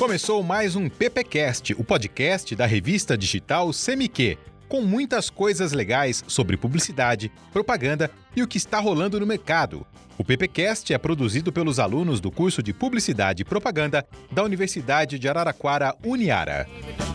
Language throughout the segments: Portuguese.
Começou mais um PPcast, o podcast da revista digital CMQ, com muitas coisas legais sobre publicidade, propaganda e o que está rolando no mercado. O PPcast é produzido pelos alunos do curso de Publicidade e Propaganda da Universidade de Araraquara, Uniara.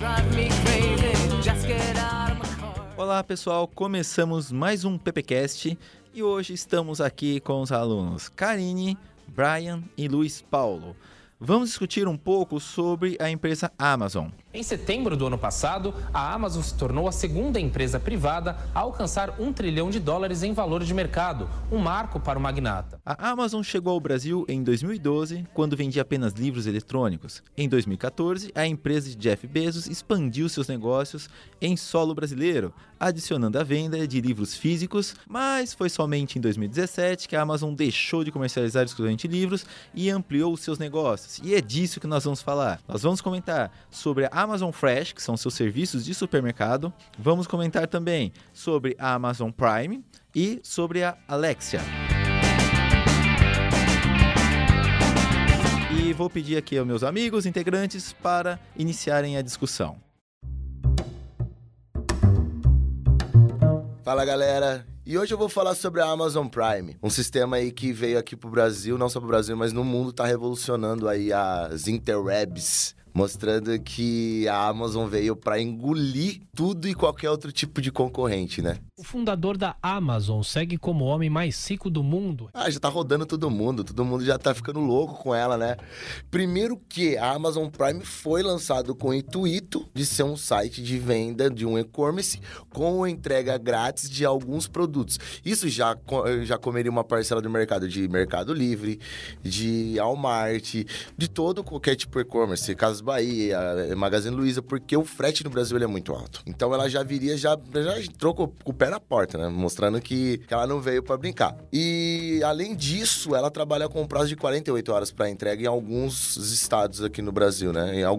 Olá pessoal, começamos mais um PPcast e hoje estamos aqui com os alunos Karine, Brian e Luiz Paulo. Vamos discutir um pouco sobre a empresa Amazon. Em setembro do ano passado, a Amazon se tornou a segunda empresa privada a alcançar $1 trilhão em valor de mercado, um marco para o magnata. A Amazon chegou ao Brasil em 2012, quando vendia apenas livros eletrônicos. Em 2014, a empresa de Jeff Bezos expandiu seus negócios em solo brasileiro, adicionando a venda de livros físicos, mas foi somente em 2017 que a Amazon deixou de comercializar exclusivamente livros e ampliou os seus negócios. E é disso que nós vamos falar. Nós vamos comentar sobre a Amazon Fresh, que são seus serviços de supermercado. Vamos comentar também sobre a Amazon Prime e sobre a Alexia. E vou pedir aqui aos meus amigos integrantes para iniciarem a discussão. Fala galera, e hoje eu vou falar sobre a Amazon Prime, um sistema aí que veio aqui pro Brasil, não só pro Brasil, mas no mundo tá revolucionando aí as interwebs, mostrando que a Amazon veio para engolir tudo e qualquer outro tipo de concorrente, né? O fundador da Amazon segue como o homem mais rico do mundo. Já tá rodando todo mundo já tá ficando louco com ela, né? Primeiro que a Amazon Prime foi lançado com o intuito de ser um site de venda de um e-commerce com entrega grátis de alguns produtos. Isso já comeria uma parcela do mercado de Mercado Livre, de Walmart, de todo qualquer tipo de e-commerce, Casas Bahia, Magazine Luiza, porque o frete no Brasil ele é muito alto. Então ela já viria, já entrou com o pé na porta, né? Mostrando que ela não veio pra brincar. E além disso, ela trabalha com um prazo de 48 horas para entrega em alguns estados aqui no Brasil, né? Em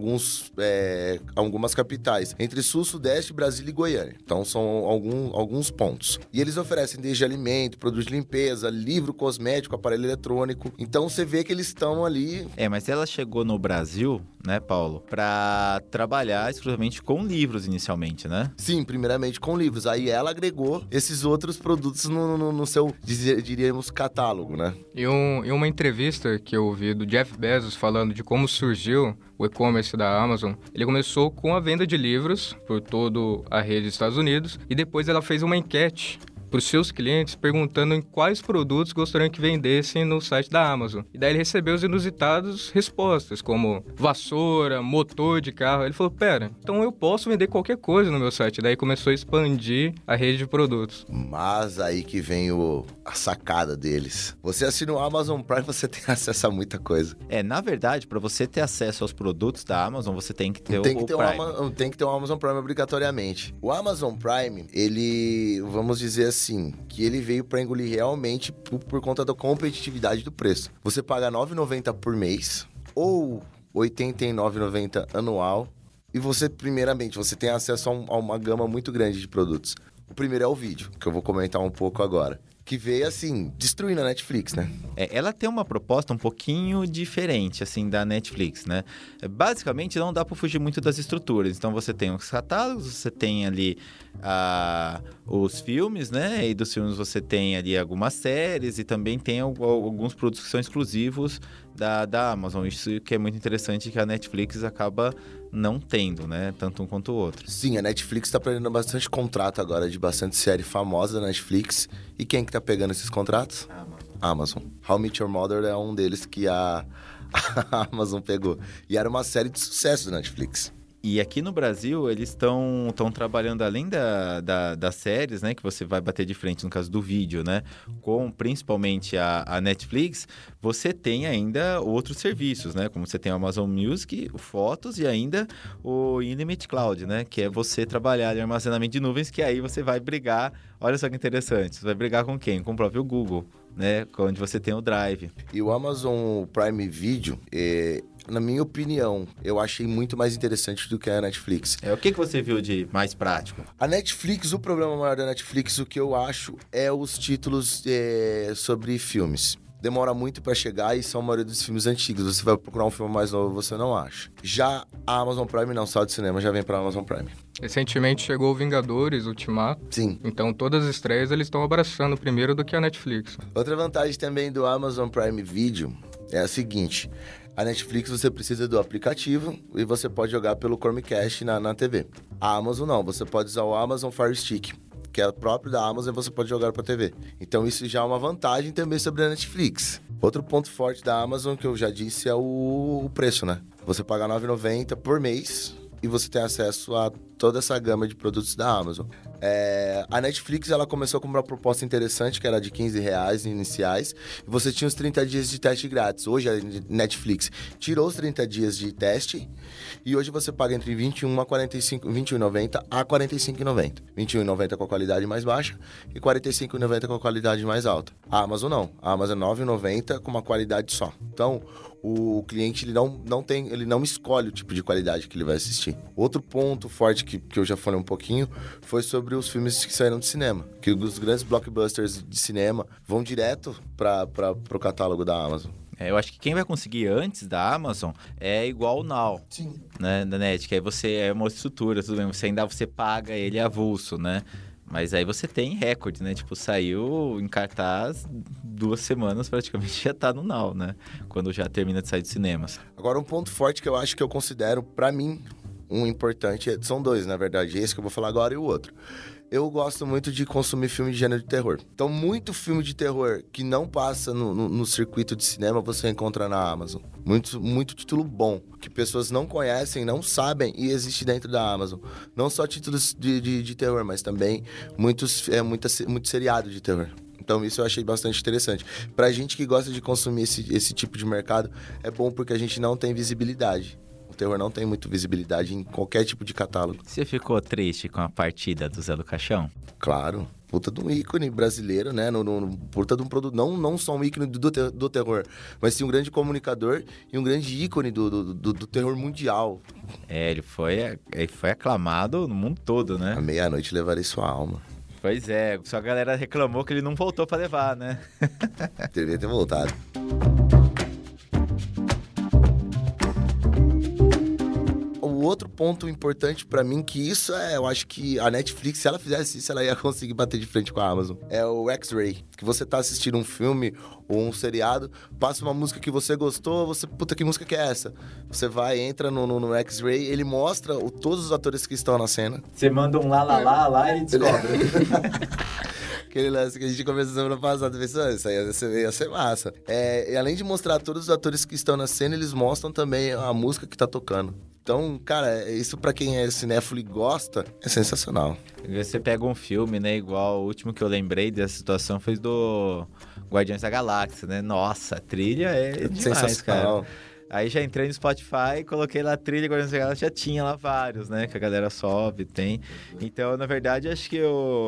algumas capitais, entre Sul, Sudeste, Brasília e Goiânia. Então são alguns pontos. E eles oferecem desde alimento, produto de limpeza, livro cosmético, aparelho eletrônico. Então você vê que eles estão ali... Mas ela chegou no Brasil, né, Paulo, para trabalhar exclusivamente com livros inicialmente, né? Sim, primeiramente com livros. Aí ela agregou esses outros produtos no seu, diríamos, catálogo, né? Em uma entrevista que eu ouvi do Jeff Bezos falando de como surgiu o e-commerce da Amazon, ele começou com a venda de livros por toda a rede dos Estados Unidos e depois ela fez uma enquete para os seus clientes, perguntando em quais produtos gostariam que vendessem no site da Amazon. E daí ele recebeu os inusitados respostas, como vassoura, motor de carro. Ele falou, pera, então eu posso vender qualquer coisa no meu site. Daí começou a expandir a rede de produtos. Mas aí que vem a sacada deles. Você assina o Amazon Prime, você tem acesso a muita coisa. Na verdade, para você ter acesso aos produtos da Amazon, você tem que ter o Prime. Tem que ter o Amazon Prime obrigatoriamente. O Amazon Prime, ele, vamos dizer assim, que ele veio para engolir realmente por conta da competitividade do preço. Você paga R$ 9,90 por mês ou R$ 89,90 anual e você, primeiramente, você tem acesso a uma gama muito grande de produtos. O primeiro é o vídeo, que eu vou comentar um pouco agora. Que veio, assim, destruindo a Netflix, né? Ela tem uma proposta um pouquinho diferente, assim, da Netflix, né? Basicamente, não dá para fugir muito das estruturas. Então, você tem os catálogos, você tem ali os filmes, né? E dos filmes você tem ali algumas séries e também tem alguns produtos que são exclusivos da Amazon. Isso que é muito interessante, que a Netflix acaba não tendo, né? Tanto um quanto o outro. Sim, a Netflix tá perdendo bastante contrato agora de bastante série famosa da Netflix. E quem que tá pegando esses contratos? Amazon. How I Met Your Mother é um deles que a Amazon pegou. E era uma série de sucesso da Netflix. E aqui no Brasil, eles estão trabalhando, além das séries, né, que você vai bater de frente, no caso do vídeo, né, com principalmente a Netflix, você tem ainda outros serviços, né, como você tem o Amazon Music, o Fotos e ainda o Unlimited Cloud, né, que é você trabalhar em armazenamento de nuvens, que aí você vai brigar, olha só que interessante, você vai brigar com quem? Com o próprio Google, né, onde você tem o Drive. E o Amazon Prime Video, na minha opinião, eu achei muito mais interessante do que a Netflix. O que você viu de mais prático? A Netflix, o problema maior da Netflix, o que eu acho, é os títulos sobre filmes. demora muito pra chegar e são a maioria dos filmes antigos. Você vai procurar um filme mais novo, você não acha. Já a Amazon Prime não, só de cinema já vem pra Amazon Prime. Recentemente chegou o Vingadores Ultimato. Sim. Então todas as estreias eles estão abraçando primeiro do que a Netflix. Outra vantagem também do Amazon Prime Video é a seguinte: a Netflix você precisa do aplicativo e você pode jogar pelo Chromecast na TV. A Amazon não, você pode usar o Amazon Fire Stick, que é próprio da Amazon e você pode jogar pra TV. Então isso já é uma vantagem também sobre a Netflix. Outro ponto forte da Amazon, que eu já disse, é o preço, né? Você paga R$ 9,90 por mês e você tem acesso a toda essa gama de produtos da Amazon. A Netflix, ela começou com uma proposta interessante, que era de R$15 iniciais, e você tinha os 30 dias de teste grátis. Hoje a Netflix tirou os 30 dias de teste, e hoje você paga entre R$21,90 a R$45,90. R$21,90 com a qualidade mais baixa e R$45,90 com a qualidade mais alta. A Amazon não. A Amazon é R$9,90 com uma qualidade só. Então, o cliente ele não escolhe o tipo de qualidade que ele vai assistir. Outro ponto forte que eu já falei um pouquinho foi sobre os filmes que saíram de cinema. Que os grandes blockbusters de cinema vão direto para o catálogo da Amazon. Eu acho que quem vai conseguir antes da Amazon é igual o Now. Sim. Né, da Net, que aí você é uma estrutura, tudo bem, você paga ele avulso, né? Mas aí você tem recorde, né? Tipo, saiu em cartaz 2 semanas, praticamente já tá no Now, né? Quando já termina de sair dos cinemas. Agora, um ponto forte que eu acho que eu considero, pra mim, um importante, são 2, na verdade. Esse que eu vou falar agora e o outro. Eu gosto muito de consumir filme de gênero de terror. Então, muito filme de terror que não passa no circuito de cinema, você encontra na Amazon. Muito título bom, que pessoas não conhecem, não sabem e existe dentro da Amazon. Não só títulos de terror, mas também muito seriado de terror. Então, isso eu achei bastante interessante. Pra gente que gosta de consumir esse tipo de mercado, é bom porque a gente não tem visibilidade. O terror não tem muita visibilidade em qualquer tipo de catálogo. Você ficou triste com a partida do Zé do Caixão? Claro. Puta de um ícone brasileiro, né? Puta de um produto, não só um ícone do terror, mas sim um grande comunicador e um grande ícone do terror mundial. Ele foi aclamado no mundo todo, né? À meia-noite levarei sua alma. Pois é, só a galera reclamou que ele não voltou pra levar, né? Deveria ter voltado. O outro ponto importante pra mim, que isso eu acho que a Netflix, se ela fizesse isso, ela ia conseguir bater de frente com a Amazon. É o X-Ray. Que você tá assistindo um filme ou um seriado, passa uma música que você gostou, puta, que música que é essa? Você vai, entra no X-Ray, ele mostra todos os atores que estão na cena. Você manda um lá e descobre. Aquele lance que a gente conversou semana passada, pensou, isso aí ia ser massa. E além de mostrar todos os atores que estão na cena, eles mostram também a música que tá tocando. Então, cara, isso pra quem é cinéfilo e gosta, é sensacional. Você pega um filme, né, igual o último que eu lembrei dessa situação foi do Guardiões da Galáxia, né? Nossa, a trilha é demais, cara. Aí já entrei no Spotify, coloquei lá a trilha Guardiões da Galáxia, já tinha lá vários, né? Que a galera sobe, tem. Então, na verdade, acho que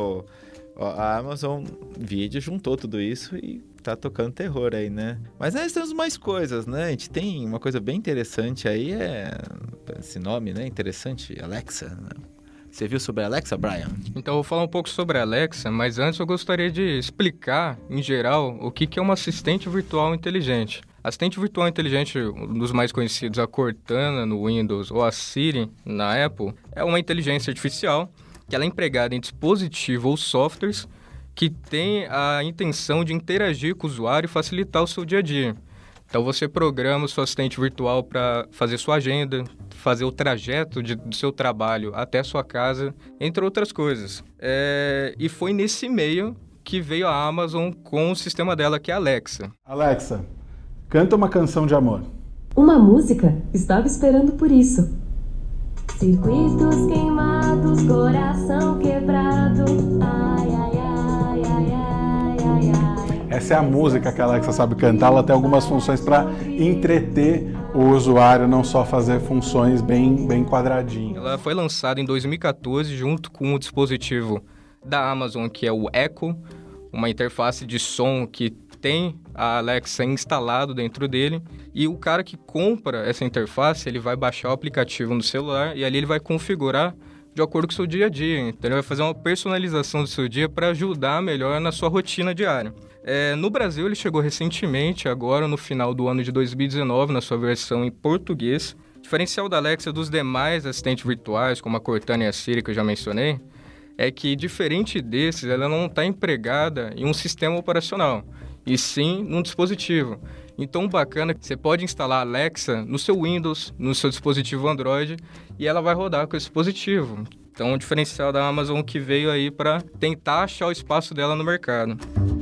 a Amazon Video juntou tudo isso e tá tocando terror aí, né? Mas nós temos mais coisas, né? A gente tem uma coisa bem interessante aí, esse nome, né? Interessante, Alexa, né? Você viu sobre a Alexa, Brian? Então, eu vou falar um pouco sobre a Alexa, mas antes eu gostaria de explicar, em geral, o que é uma assistente virtual inteligente. Assistente virtual inteligente, um dos mais conhecidos, a Cortana no Windows ou a Siri na Apple, é uma inteligência artificial que ela é empregada em dispositivos ou softwares que tem a intenção de interagir com o usuário e facilitar o seu dia a dia. Então, você programa o seu assistente virtual para fazer sua agenda, fazer o trajeto do seu trabalho até a sua casa, entre outras coisas. E foi nesse meio que veio a Amazon com o sistema dela, que é a Alexa. Alexa, canta uma canção de amor. Uma música? Estava esperando por isso. Circuitos queimados, coração quebrado. Ai, ai, ai, ai, ai, ai, ai. Essa é a música que a Alexa sabe cantar. Ela tem algumas funções para entreter o usuário, não só fazer funções bem quadradinhas. Ela foi lançada em 2014 junto com o dispositivo da Amazon, que é o Echo, uma interface de som que tem a Alexa instalado dentro dele, e o cara que compra essa interface, ele vai baixar o aplicativo no celular e ali ele vai configurar de acordo com o seu dia a dia. Então ele vai fazer uma personalização do seu dia para ajudar melhor na sua rotina diária. No Brasil, ele chegou recentemente, agora no final do ano de 2019, na sua versão em português. O diferencial da Alexa dos demais assistentes virtuais, como a Cortana e a Siri, que eu já mencionei, é que, diferente desses, ela não está empregada em um sistema operacional, e sim num dispositivo. Então, o bacana é que você pode instalar a Alexa no seu Windows, no seu dispositivo Android, e ela vai rodar com esse dispositivo. Então, o diferencial da Amazon que veio aí para tentar achar o espaço dela no mercado.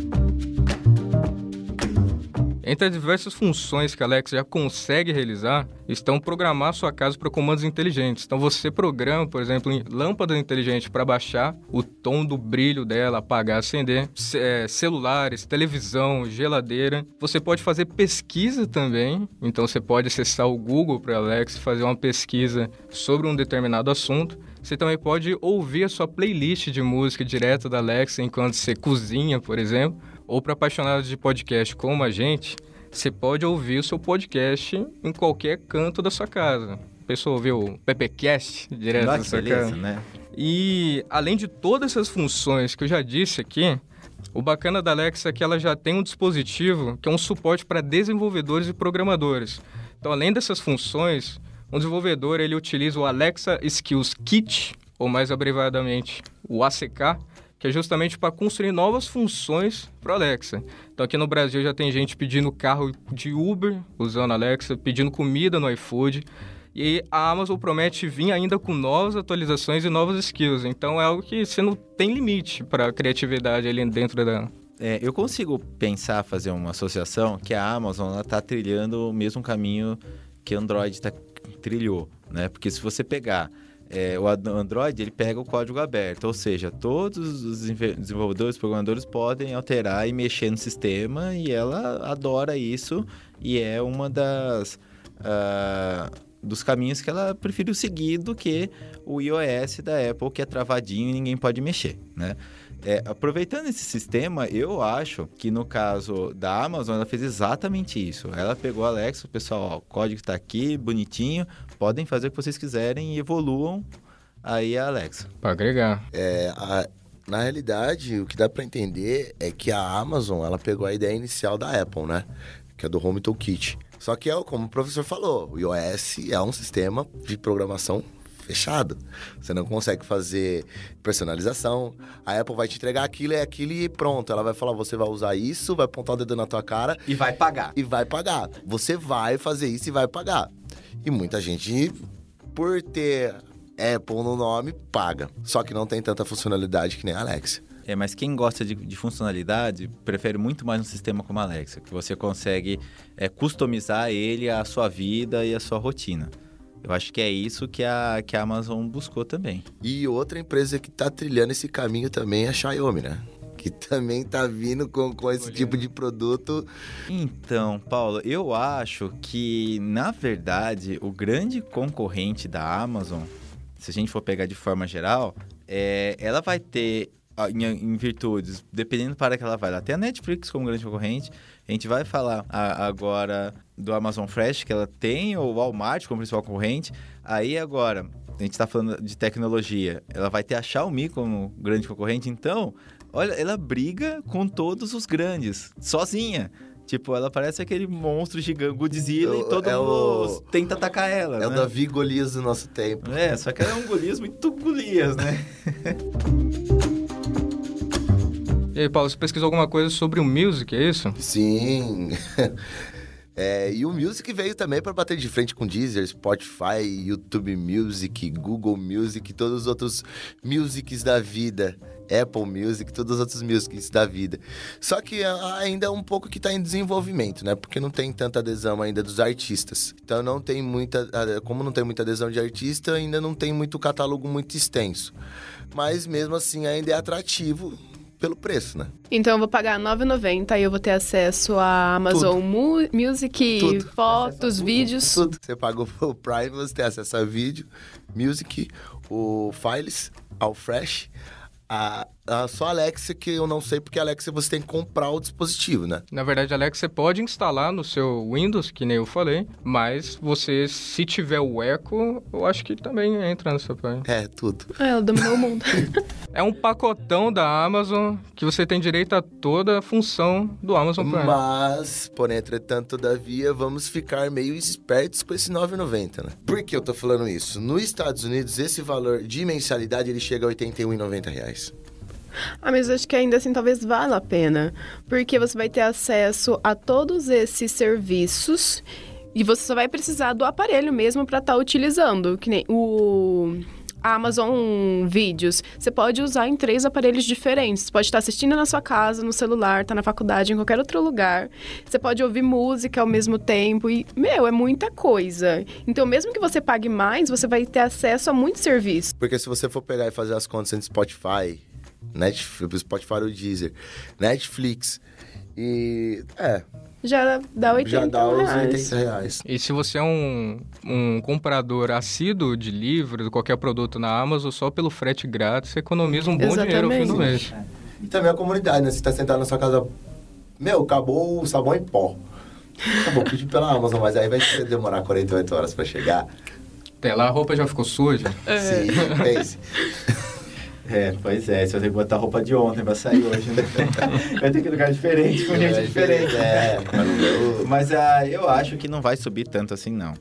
Entre as diversas funções que a Alexa já consegue realizar, estão programar sua casa para comandos inteligentes. Então você programa, por exemplo, lâmpada inteligente para baixar o tom do brilho dela, apagar, acender, celulares, televisão, geladeira. Você pode fazer pesquisa também, então você pode acessar o Google para a Alexa e fazer uma pesquisa sobre um determinado assunto. Você também pode ouvir a sua playlist de música direto da Alexa enquanto você cozinha, por exemplo. Ou para apaixonados de podcast como a gente, você pode ouvir o seu podcast em qualquer canto da sua casa. A pessoa ouviu o PPcast direto da sua casa. Né? E além de todas essas funções que eu já disse aqui, o bacana da Alexa é que ela já tem um dispositivo que é um suporte para desenvolvedores e programadores. Então, além dessas funções, um desenvolvedor ele utiliza o Alexa Skills Kit, ou mais abreviadamente o ACK, que é justamente para construir novas funções para o Alexa. Então, aqui no Brasil já tem gente pedindo carro de Uber usando a Alexa, pedindo comida no iFood. E a Amazon promete vir ainda com novas atualizações e novas skills. Então, é algo que você não tem limite para a criatividade ali dentro dela. Eu consigo pensar, fazer uma associação que a Amazon está trilhando o mesmo caminho que o Android trilhou, né? Porque se você pegar... o Android, ele pega o código aberto, ou seja, todos os desenvolvedores, programadores podem alterar e mexer no sistema e ela adora isso e é uma dos caminhos que ela preferiu seguir do que o iOS da Apple, que é travadinho e ninguém pode mexer, né? Aproveitando esse sistema, eu acho que no caso da Amazon, ela fez exatamente isso. Ela pegou a Alexa, o pessoal, o código está aqui, bonitinho, podem fazer o que vocês quiserem e evoluam aí a Alexa. Para agregar. Na realidade, o que dá para entender é que a Amazon, ela pegou a ideia inicial da Apple, né? Que é do Home Toolkit. Só que, como o professor falou, o iOS é um sistema de programação fechado. Você não consegue fazer personalização. A Apple vai te entregar aquilo e pronto. Ela vai falar, você vai usar isso, vai apontar o dedo na tua cara. E vai pagar. Você vai fazer isso e vai pagar. E muita gente, por ter Apple no nome, paga. Só que não tem tanta funcionalidade que nem a Alexa. Mas quem gosta de funcionalidade prefere muito mais um sistema como a Alexa, que você consegue customizar ele, a sua vida e a sua rotina. Eu acho que é isso que a Amazon buscou também. E outra empresa que está trilhando esse caminho também é a Xiaomi, né? Que também está vindo com esse tipo de produto. Então, Paulo, eu acho que, na verdade, o grande concorrente da Amazon, se a gente for pegar de forma geral, ela vai ter, em virtudes, dependendo para que ela vai. Ela tem a Netflix como grande concorrente. A gente vai falar agora do Amazon Fresh, que ela tem o Walmart como principal concorrente. Aí agora, a gente está falando de tecnologia, ela vai ter a Xiaomi como grande concorrente. Então, olha, ela briga com todos os grandes, sozinha. Tipo, ela parece aquele monstro gigante, Godzilla, e todo mundo tenta atacar ela, né? É o Davi Golias do nosso tempo. Só que ela é um Golias muito Golias, né? E aí, Paulo, você pesquisou alguma coisa sobre o Music, é isso? Sim. E o Music veio também para bater de frente com Deezer, Spotify, YouTube Music, Google Music, todos os outros musics da vida. Apple Music, todos os outros musics da vida. Só que ainda é um pouco que está em desenvolvimento, né? Porque não tem tanta adesão ainda dos artistas. Então não tem muita... Como não tem muita adesão de artista, ainda não tem muito catálogo muito extenso. Mas mesmo assim ainda é atrativo pelo preço, né? Então eu vou pagar R$ 9,90 e eu vou ter acesso a Amazon Music, tudo. Fotos, vídeos. Tudo. Você paga o Prime, você tem acesso a vídeo, Music, o Files, ao Fresh, a Só a Alexa, que eu não sei, porque a Alexa você tem que comprar o dispositivo, né? Na verdade, a Alexa você pode instalar no seu Windows, que nem eu falei, mas você, se tiver o Echo, eu acho que também entra nessa parte. É, tudo. Ela dominou o mundo. É um pacotão da Amazon que você tem direito a toda a função do Amazon Prime. Mas, porém, entretanto, todavia, vamos ficar meio espertos com esse R$ 9,90, né? Por que eu tô falando isso? Nos Estados Unidos, esse valor de mensalidade, ele chega a R$ 81,90. Mas eu acho que ainda assim talvez valha a pena. Porque você vai ter acesso a todos esses serviços e você só vai precisar do aparelho mesmo para estar utilizando. Que nem o Amazon Vídeos. Você pode usar em 3 aparelhos diferentes. Você pode estar assistindo na sua casa, no celular, tá na faculdade, em qualquer outro lugar. Você pode ouvir música ao mesmo tempo. E, é muita coisa. Então, mesmo que você pague mais, você vai ter acesso a muitos serviços. Porque se você for pegar e fazer as contas entre Spotify, Netflix, Spotify ou Deezer, Netflix e... Já dá 80 Já dá uns reais. R$80. E se você é um comprador assíduo de livros, qualquer produto na Amazon, só pelo frete grátis, você economiza um bom dinheiro no fim do mês. E também a comunidade, né? Você tá sentado na sua casa, acabou o sabão em pó. Acabou, pedi pela Amazon, mas aí vai demorar 48 horas pra chegar. Até lá a roupa já ficou suja. Sim, pense. Pois é, você vai ter que botar roupa de ontem pra sair hoje, né? Vai ter que ir em lugar diferente, com gente diferente. Mas eu acho que não vai subir tanto assim, não.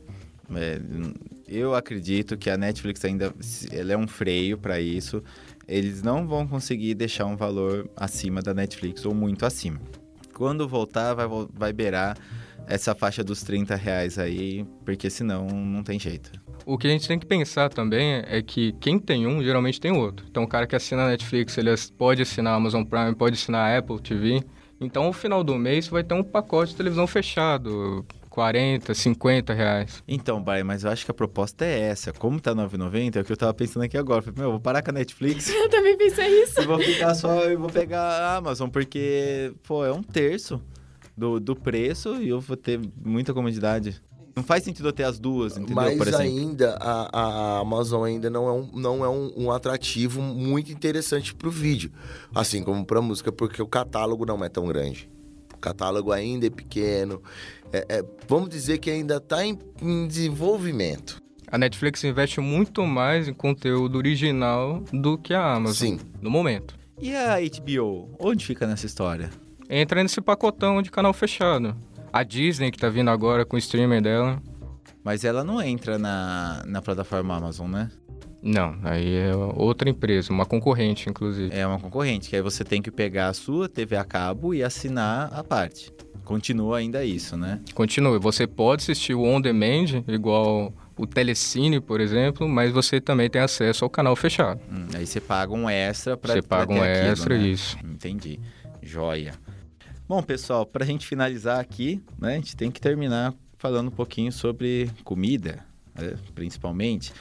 Eu acredito que a Netflix ainda ela é um freio pra isso. Eles não vão conseguir deixar um valor acima da Netflix ou muito acima. Quando voltar, vai beirar essa faixa dos R$30 aí, porque senão não tem jeito. O que a gente tem que pensar também é que quem tem um, geralmente tem outro. Então, o cara que assina a Netflix, ele pode assinar a Amazon Prime, pode assinar a Apple TV. Então, no final do mês, vai ter um pacote de televisão fechado, R$40, R$50. Então, Brian, mas eu acho que a proposta é essa. Como tá R$9,90, é o que eu tava pensando aqui agora. Falei, vou parar com a Netflix. Eu também pensei isso. E vou ficar eu vou pegar a Amazon, porque, é 1/3 do preço e eu vou ter muita comodidade. Não faz sentido eu ter as duas, entendeu? Mas ainda, a Amazon ainda não é um atrativo muito interessante pro vídeo. Assim como pra música, porque o catálogo não é tão grande. O catálogo ainda é pequeno. Vamos dizer que ainda tá em desenvolvimento. A Netflix investe muito mais em conteúdo original do que a Amazon. Sim. No momento. E a HBO? Onde fica nessa história? Entra nesse pacotão de canal fechado. A Disney, que tá vindo agora com o streaming dela. Mas ela não entra na plataforma Amazon, né? Não, aí é outra empresa, uma concorrente, inclusive. É uma concorrente, que aí você tem que pegar a sua TV a cabo e assinar a parte. Continua ainda isso, né? Continua. Você pode assistir o On Demand, igual o Telecine, por exemplo, mas você também tem acesso ao canal fechado. Aí você paga um extra pra Você paga um extra, aquilo, né? isso. Entendi. Joia. Bom, pessoal, pra gente finalizar aqui, né, a gente tem que terminar falando um pouquinho sobre comida, né, principalmente.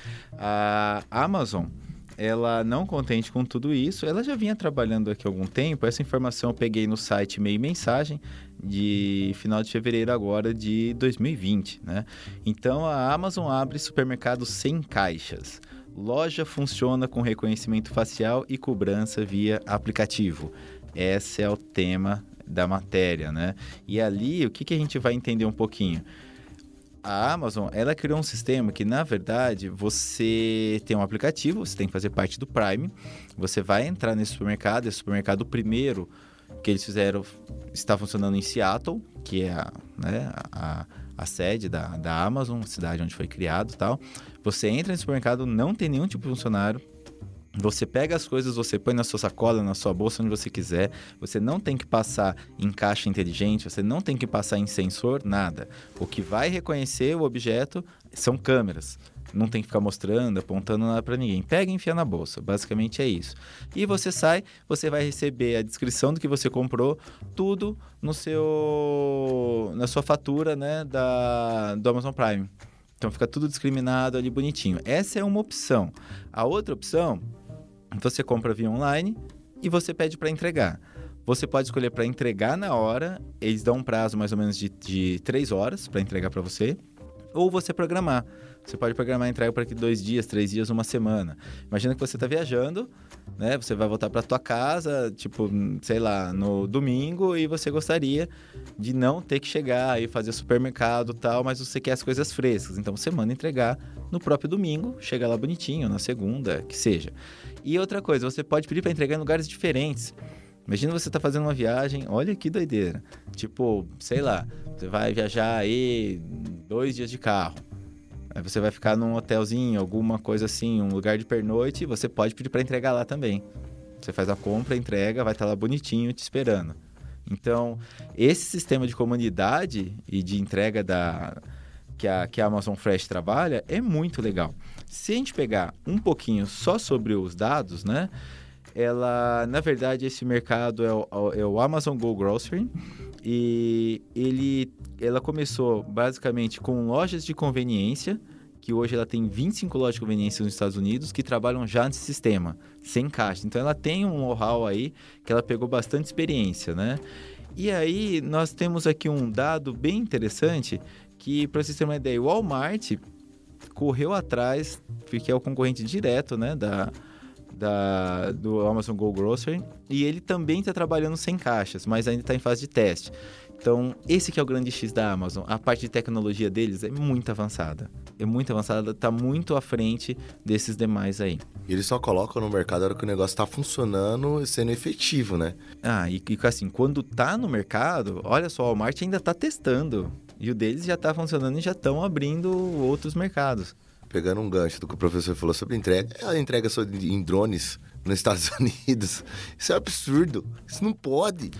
A Amazon, ela não contente com tudo isso, ela já vinha trabalhando aqui há algum tempo. Essa informação eu peguei no site Meio Mensagem, de final de fevereiro agora de 2020, né? Então, a Amazon abre supermercado sem caixas. Loja funciona com reconhecimento facial e cobrança via aplicativo. Esse é o tema da matéria, né? E ali, o que a gente vai entender um pouquinho? A Amazon, ela criou um sistema que, na verdade, você tem um aplicativo, você tem que fazer parte do Prime, você vai entrar nesse supermercado, esse supermercado primeiro que eles fizeram está funcionando em Seattle, que é a sede da Amazon, a cidade onde foi criado e tal. Você entra nesse supermercado, não tem nenhum tipo de funcionário. Você pega as coisas, você põe na sua sacola, na sua bolsa, onde você quiser. Você não tem que passar em caixa inteligente, você não tem que passar em sensor, nada. O que vai reconhecer o objeto são câmeras. Não tem que ficar mostrando, apontando nada para ninguém. Pega e enfia na bolsa, basicamente é isso. E você sai, você vai receber a descrição do que você comprou, tudo na sua fatura, né, do Amazon Prime. Então fica tudo discriminado ali bonitinho. Essa é uma opção. A outra opção, você compra via online e você pede para entregar. Você pode escolher para entregar na hora, eles dão um prazo mais ou menos de 3 horas para entregar para você. ou você programar. Você pode programar a entrega para 2 dias, 3 dias, 1 semana. Imagina que você está viajando, né? Você vai voltar para tua casa, tipo, sei lá, no domingo, e você gostaria de não ter que chegar e fazer supermercado e tal, mas você quer as coisas frescas. Então você manda entregar no próprio domingo, chega lá bonitinho, na segunda, que seja. E outra coisa, você pode pedir para entregar em lugares diferentes. Imagina você tá fazendo uma viagem, olha que doideira. Tipo, sei lá, você vai viajar aí 2 dias de carro. Aí você vai ficar num hotelzinho, alguma coisa assim, um lugar de pernoite, e você pode pedir para entregar lá também. Você faz a compra, entrega, vai estar lá bonitinho te esperando. Então, esse sistema de comunidade e de entrega que a Amazon Fresh trabalha é muito legal. Se a gente pegar um pouquinho só sobre os dados, né? Ela, na verdade, esse mercado é o Amazon Go Grocery, e ela começou basicamente com lojas de conveniência, que hoje ela tem 25 lojas de conveniência nos Estados Unidos que trabalham já nesse sistema, sem caixa. Então ela tem um know-how aí que ela pegou bastante experiência, né? E aí nós temos aqui um dado bem interessante que, para vocês terem uma ideia, o Walmart correu atrás, porque é o concorrente direto, né, do Amazon Go Grocery, e ele também está trabalhando sem caixas, mas ainda está em fase de teste. Então, esse que é o grande X da Amazon. A parte de tecnologia deles é muito avançada. Está muito à frente desses demais aí. E eles só colocam no mercado a hora que o negócio está funcionando e sendo efetivo, né? E assim, quando tá no mercado, olha só, o Walmart ainda está testando. E o deles já está funcionando e já estão abrindo outros mercados. Pegando um gancho do que o professor falou sobre entrega, a entrega em drones nos Estados Unidos, isso é um absurdo, isso não pode.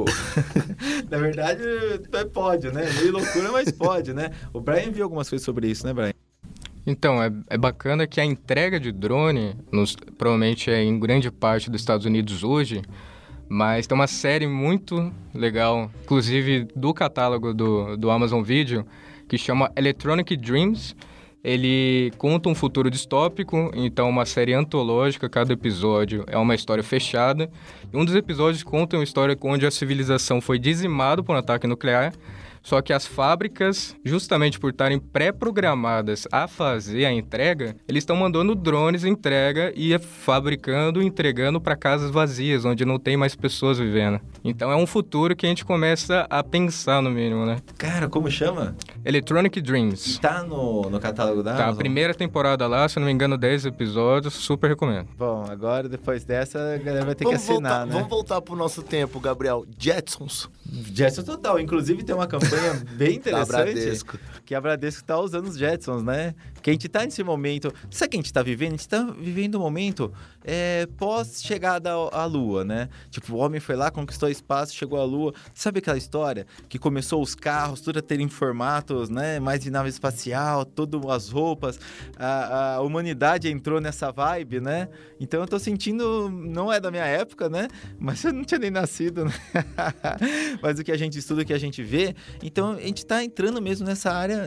Na verdade, pode, né? Meio loucura, mas pode, né? O Brian viu algumas coisas sobre isso, né, Brian? Então, é bacana que a entrega de drone, provavelmente é em grande parte dos Estados Unidos hoje, mas tem uma série muito legal, inclusive do catálogo do Amazon Video, que chama Electronic Dreams. Ele conta um futuro distópico, então uma série antológica, cada episódio é uma história fechada. E um dos episódios conta uma história onde a civilização foi dizimada por um ataque nuclear, só que as fábricas, justamente por estarem pré-programadas a fazer a entrega, eles estão mandando drones entrega e fabricando e entregando para casas vazias, onde não tem mais pessoas vivendo. Então é um futuro que a gente começa a pensar, no mínimo, né? Cara, como chama? Electronic Dreams. Tá no catálogo da Amazon? Tá, a primeira temporada lá, se não me engano, 10 episódios, super recomendo. Bom, agora, depois dessa, a galera vai ter que assinar, né? Vamos voltar pro nosso tempo, Gabriel. Jetsons total. Inclusive, tem uma campanha bem interessante. Bradesco. Que a Bradesco tá usando os Jetsons, né? Que a gente tá nesse momento... Sabe o que a gente tá vivendo? A gente tá vivendo um momento pós-chegada à Lua, né? Tipo, o homem foi lá, conquistou o espaço, chegou à Lua. Sabe aquela história que começou os carros, tudo a terem formatos, né? Mais de nave espacial, todas as roupas. A humanidade entrou nessa vibe, né? Então eu tô sentindo... Não é da minha época, né? Mas eu não tinha nem nascido, né? Mas o que a gente estuda, o que a gente vê... Então, a gente tá entrando mesmo nessa área,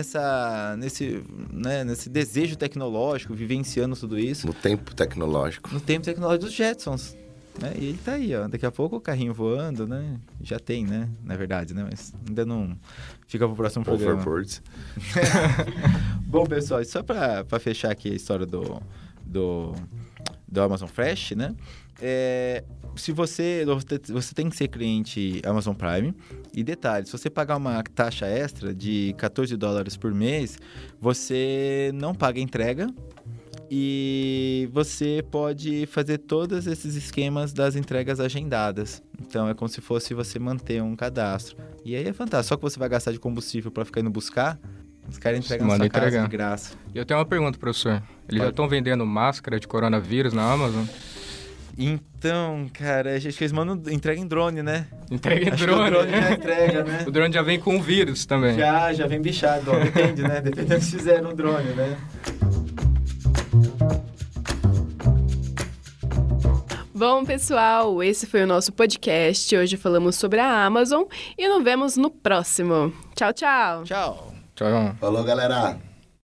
nesse desejo tecnológico, vivenciando tudo isso. No tempo tecnológico. No tempo tecnológico dos Jetsons. Né? E ele tá aí, ó. Daqui a pouco o carrinho voando, né? Já tem, né? Na verdade, né? Mas ainda não... Fica pro próximo programa. Overboard. Bom, pessoal, só pra fechar aqui a história do Amazon Fresh, né? Se você tem que ser cliente Amazon Prime, e detalhe, se você pagar uma taxa extra de $14 por mês, você não paga entrega e você pode fazer todos esses esquemas das entregas agendadas. Então é como se fosse você manter um cadastro. E aí é fantástico, só que você vai gastar de combustível para ficar indo buscar, os caras entregam na sua casa de graça. E eu tenho uma pergunta, professor. Eles já estão vendendo máscara de coronavírus na Amazon? Então, cara, acho que eles mandam entrega em drone, né? Entrega em drone. O drone já entrega, né? O drone já vem com um vírus também. Já vem bichado, ó, depende, né? Depende do que fizeram no drone, né? Bom, pessoal, esse foi o nosso podcast. Hoje falamos sobre a Amazon e nos vemos no próximo. Tchau, tchau. Tchau. Tchau. Falou, galera.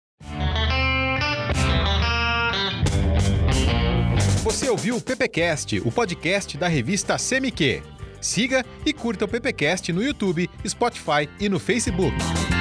Você ouviu o PPcast, o podcast da revista CMQ. Siga e curta o PPcast no YouTube, Spotify e no Facebook.